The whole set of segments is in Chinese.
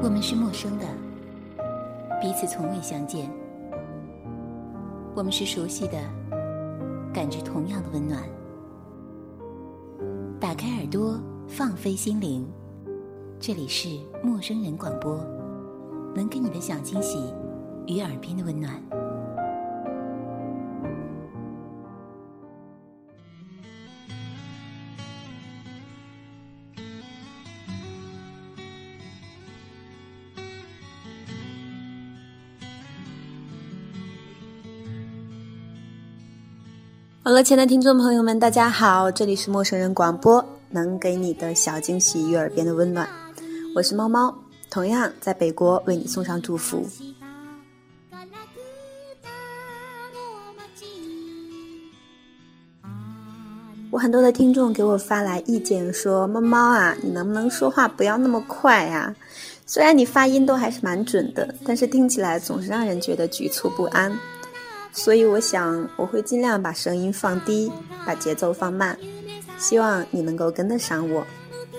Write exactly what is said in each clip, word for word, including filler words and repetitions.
我们是陌生的，彼此从未相见。我们是熟悉的，感知同样的温暖。打开耳朵，放飞心灵，这里是陌生人广播，能给你的小惊喜与耳边的温暖。 好了，亲爱的听众朋友们，大家好，这里是陌生人广播，能给你的小惊喜与耳边的温暖。我是猫猫，同样在北国为你送上祝福。我很多的听众给我发来意见说，猫猫啊，你能不能说话不要那么快啊？虽然你发音都还是蛮准的，但是听起来总是让人觉得局促不安。所以我想我会尽量把声音放低，把节奏放慢，希望你能够跟得上我。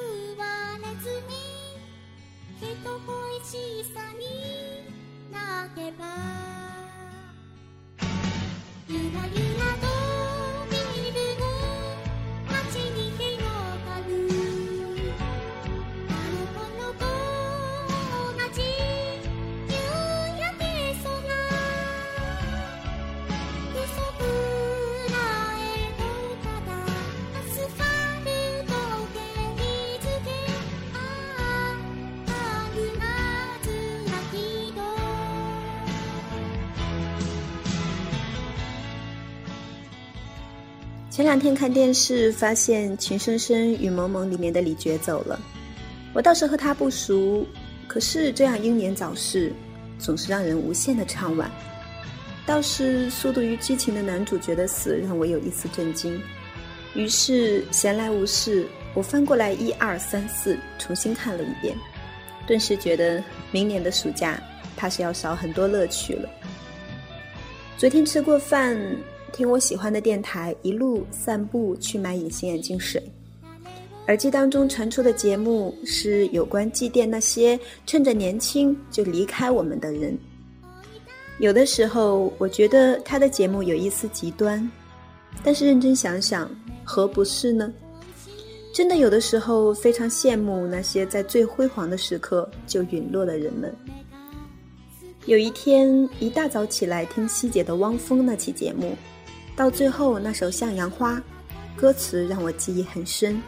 前两天看电视发现《情深深雨蒙蒙》里面的李珏走了，我倒是和他不熟，可是这样英年早逝总是让人无限的怅惋。倒是《速度与激情》的男主角的死让我有一丝震惊，于是闲来无事，我翻过来一二三四重新看了一遍，顿时觉得明年的暑假怕是要少很多乐趣了。昨天吃过饭，听我喜欢的电台一路散步去买隐形眼镜水，耳机当中传出的节目是有关祭奠那些趁着年轻就离开我们的人。有的时候我觉得他的节目有一丝极端，但是认真想想，何不是呢？真的有的时候非常羡慕那些在最辉煌的时刻就陨落的人们。有一天一大早起来听希姐的汪峰那期节目，到最后那首《向阳花》，歌词让我记忆很深。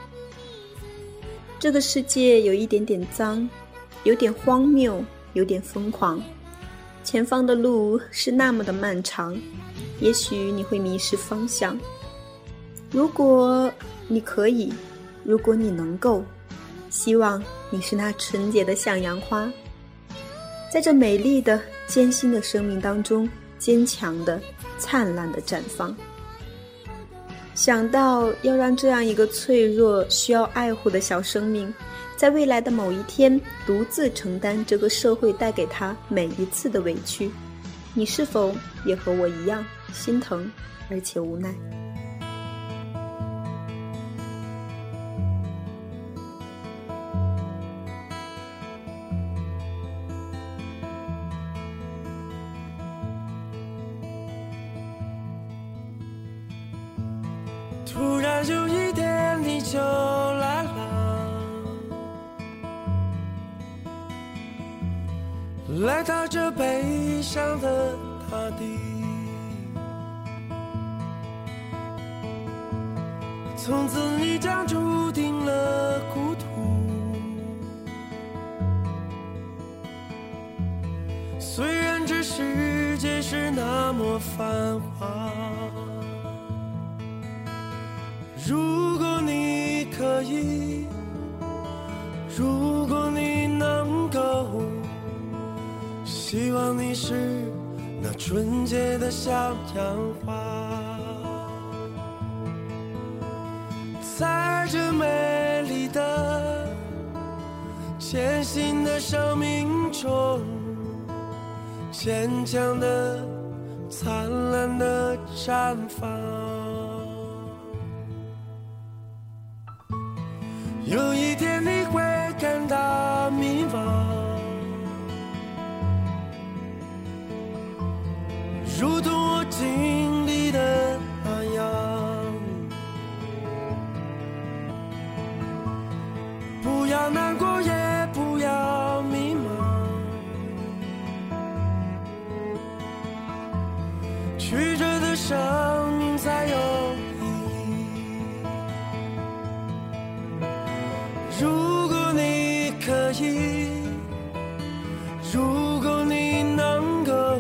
这个世界有一点点脏，有点荒谬，有点疯狂，前方的路是那么的漫长，也许你会迷失方向。如果你可以，如果你能够，希望你是那纯洁的向阳花，在这美丽的艰辛的生命当中，坚强的灿烂的绽放。想到要让这样一个脆弱需要爱护的小生命，在未来的某一天独自承担这个社会带给他每一次的委屈，你是否也和我一样心疼而且无奈？ 突然有一天你就来了，来到这悲伤的大地，从此你将注定了孤独。虽然这世界是那么繁华，如果你可以，如果你能够，希望你是那纯洁的向阳花，在这美丽的艰辛的生命中，坚强的灿烂的绽放。有一天你会感到迷茫， 要难过，也不要迷茫，曲折的生命才有意义。如果你可以，如果你能够，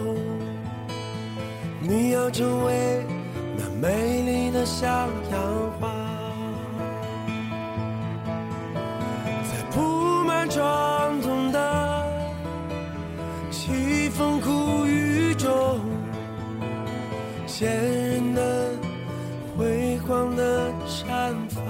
你要成为那美丽的向阳花，在铺满伤痛的凄风苦雨中，鲜艳的辉煌的绽放。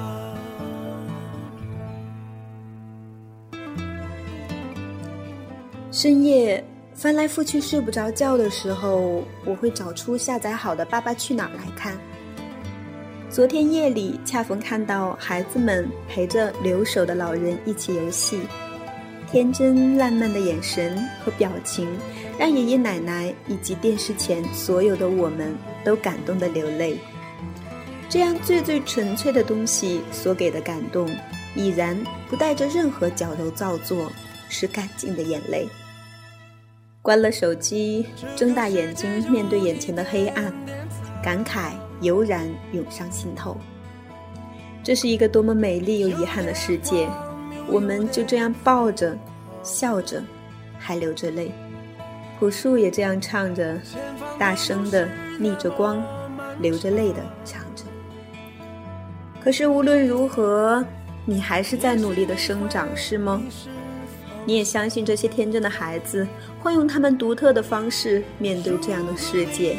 深夜翻来覆去睡不着觉的时候，我会找出下载好的《爸爸去哪儿》来看。昨天夜里恰逢看到孩子们陪着留守的老人一起游戏，天真烂漫的眼神和表情让爷爷奶奶以及电视前所有的我们都感动得流泪。这样最最纯粹的东西所给的感动，已然不带着任何矫揉造作，是干净的眼泪。关了手机，睁大眼睛面对眼前的黑暗，感慨油然涌上心头。这是一个多么美丽又遗憾的世界，我们就这样抱着笑着，还流着泪。朴树也这样唱着，大声的逆着光，流着泪的唱着。可是无论如何，你还是在努力的生长，是吗？你也相信这些天真的孩子会用他们独特的方式面对这样的世界。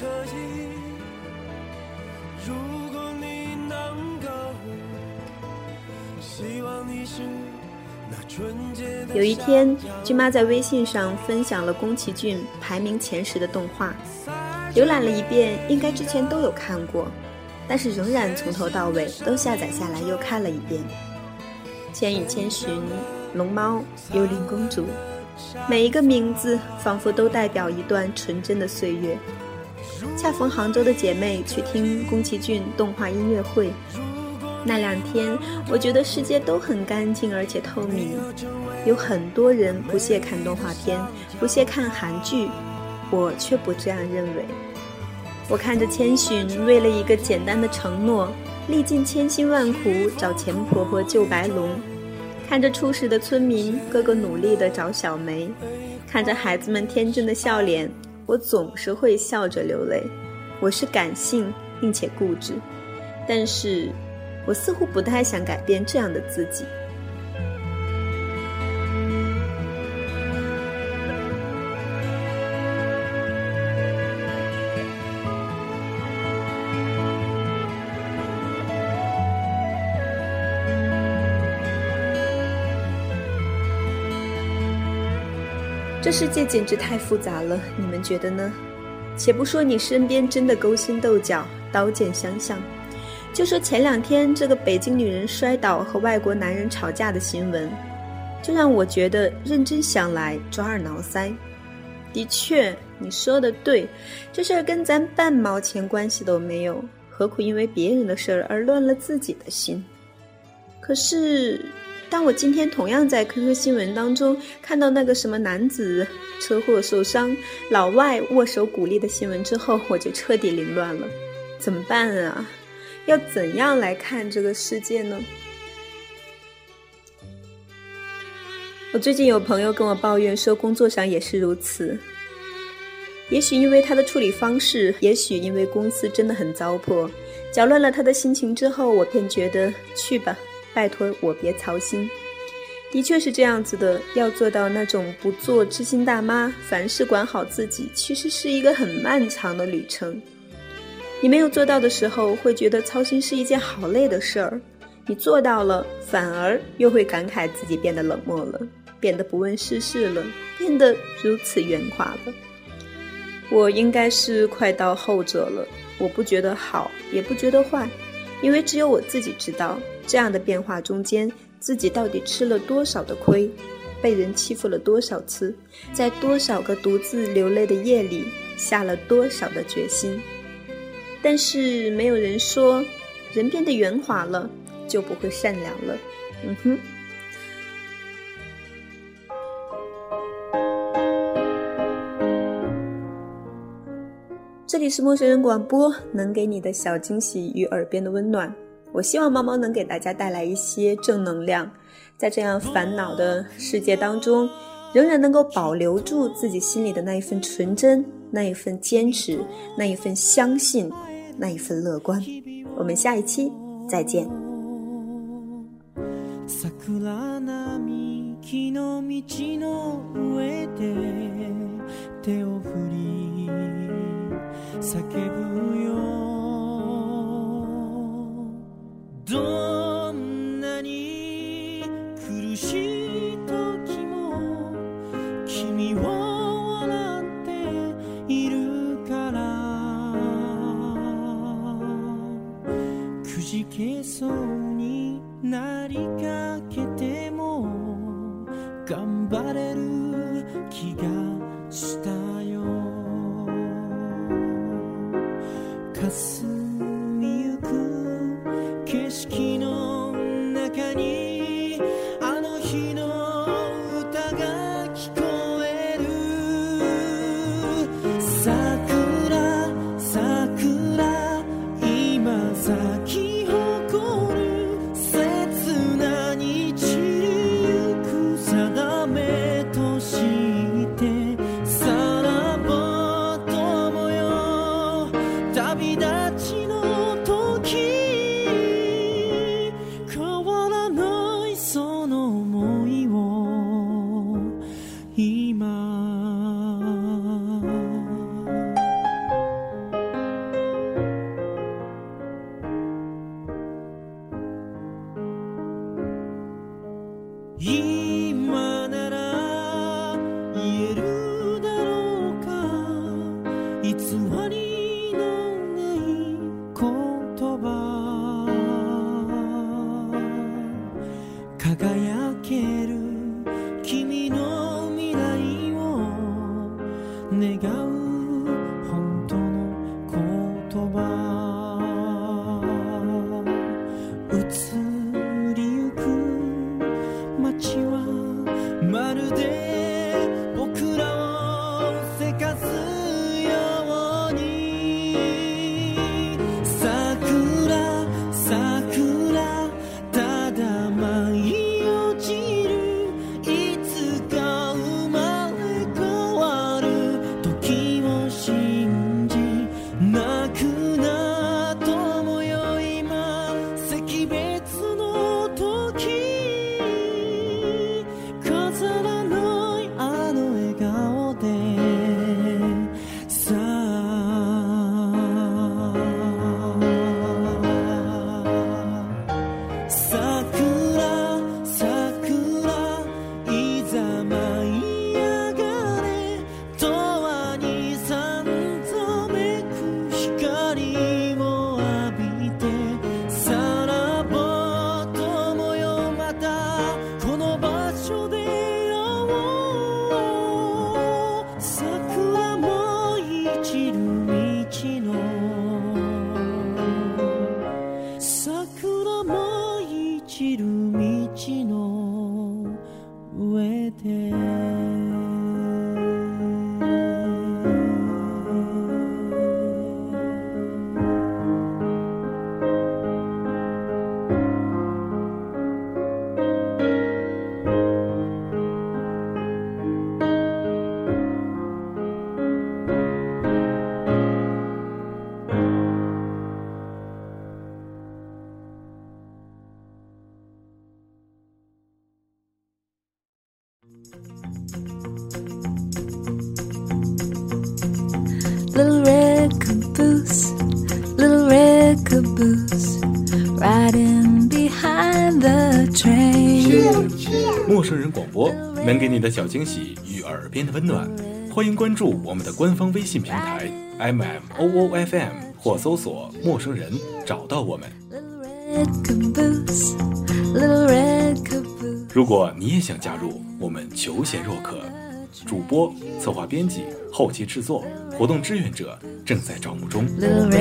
有一天，君妈在微信上分享了宫崎骏排名前十的动画，浏览了一遍，应该之前都有看过，但是仍然从头到尾都下载下来又看了一遍。千与千寻、龙猫、幽灵公主，每一个名字仿佛都代表一段纯真的岁月。恰逢杭州的姐妹去听宫崎骏动画音乐会，那两天我觉得世界都很干净而且透明。有很多人不屑看动画片，不屑看韩剧，我却不这样认为。我看着千寻为了一个简单的承诺，历尽千辛万苦找钱婆婆救白龙，看着初识的村民个个努力地找小梅，看着孩子们天真的笑脸，我总是会笑着流泪。我是感性并且固执，但是我似乎不太想改变这样的自己。这世界简直太复杂了，你们觉得呢？且不说你身边真的勾心斗角、刀剑相向，就说前两天这个北京女人摔倒和外国男人吵架的新闻，就让我觉得认真想来抓耳挠腮。的确，你说的对，这事儿跟咱半毛钱关系都没有，何苦因为别人的事儿而乱了自己的心？可是当我今天同样在 Q Q 新闻当中看到那个什么男子车祸受伤，老外握手鼓励的新闻之后，我就彻底凌乱了。怎么办啊？要怎样来看这个世界呢？我最近有朋友跟我抱怨说，工作上也是如此。也许因为他的处理方式，也许因为公司真的很糟粕，搅乱了他的心情之后，我便觉得去吧，拜托我别操心。的确是这样子的，要做到那种不做知心大妈，凡事管好自己，其实是一个很漫长的旅程。你没有做到的时候，会觉得操心是一件好累的事儿，你做到了，反而又会感慨自己变得冷漠了，变得不问世事了，变得如此圆滑了。我应该是快到后者了，我不觉得好，也不觉得坏，因为只有我自己知道，这样的变化中间，自己到底吃了多少的亏，被人欺负了多少次，在多少个独自流泪的夜里，下了多少的决心。但是没有人说，人变得圆滑了，就不会善良了。嗯哼， 里是陌生人广播，能给你的小惊喜与耳边的温暖。我希望猫猫能给大家带来一些正能量，在这样烦恼的世界当中，仍然能够保留住自己心里的那一份纯真，那一份坚持，那一份相信，那一份乐观。我们下一期再见。 桜並木の道の上で手を振り叫ぶよ、どんなに苦しい時も君は笑っているから、くじけそうになりかけても頑張れる気がしたよ。霞みゆく景色の中にあの日の歌が聞こえる。桜桜今咲き誇る切なに散りゆく定めとしてさらば友よ、旅立ちの時変わらないその想いを今今なら言えるだろうか、偽りのない言葉、輝ける君の未来を願う本当の言葉、移りゆく街はまるで僕らをせかすように、桜桜ただ舞い落ちる、いつか生まれ変わる時を信じ、泣くな友よ今惜別の時、飾らないあの笑顔でさあ、桜桜いざ舞い上がれ、永遠にさんざめく光を浴びてさらば友よ、またこの場所で会おう。桜舞い散る道の桜舞い散る道の上で Little red caboose, little red caboose, riding behind the train. 陌生人广播能给你的小惊喜与耳边的温暖，欢迎关注我们的官方微信平台 M M O O F M 或搜索陌生人找到我们。如果你也想加入，我们求贤若渴，主播、策划编辑、后期制作、活动志愿者正在招募中。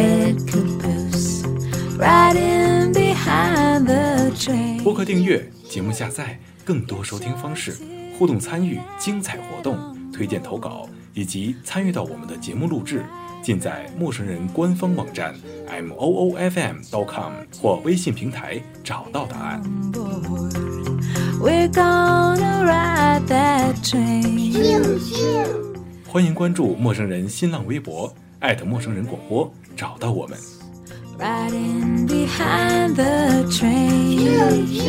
播客订阅、节目下载、更多收听方式、互动参与、精彩活动、推荐投稿以及参与到我们的节目录制， 尽在陌生人官方网站 m o o f m dot com 或微信平台找到答案。 We're gonna ride that train. 欢迎关注陌生人新浪微博，艾特陌生人广播，找到我们。 Riding behind the train.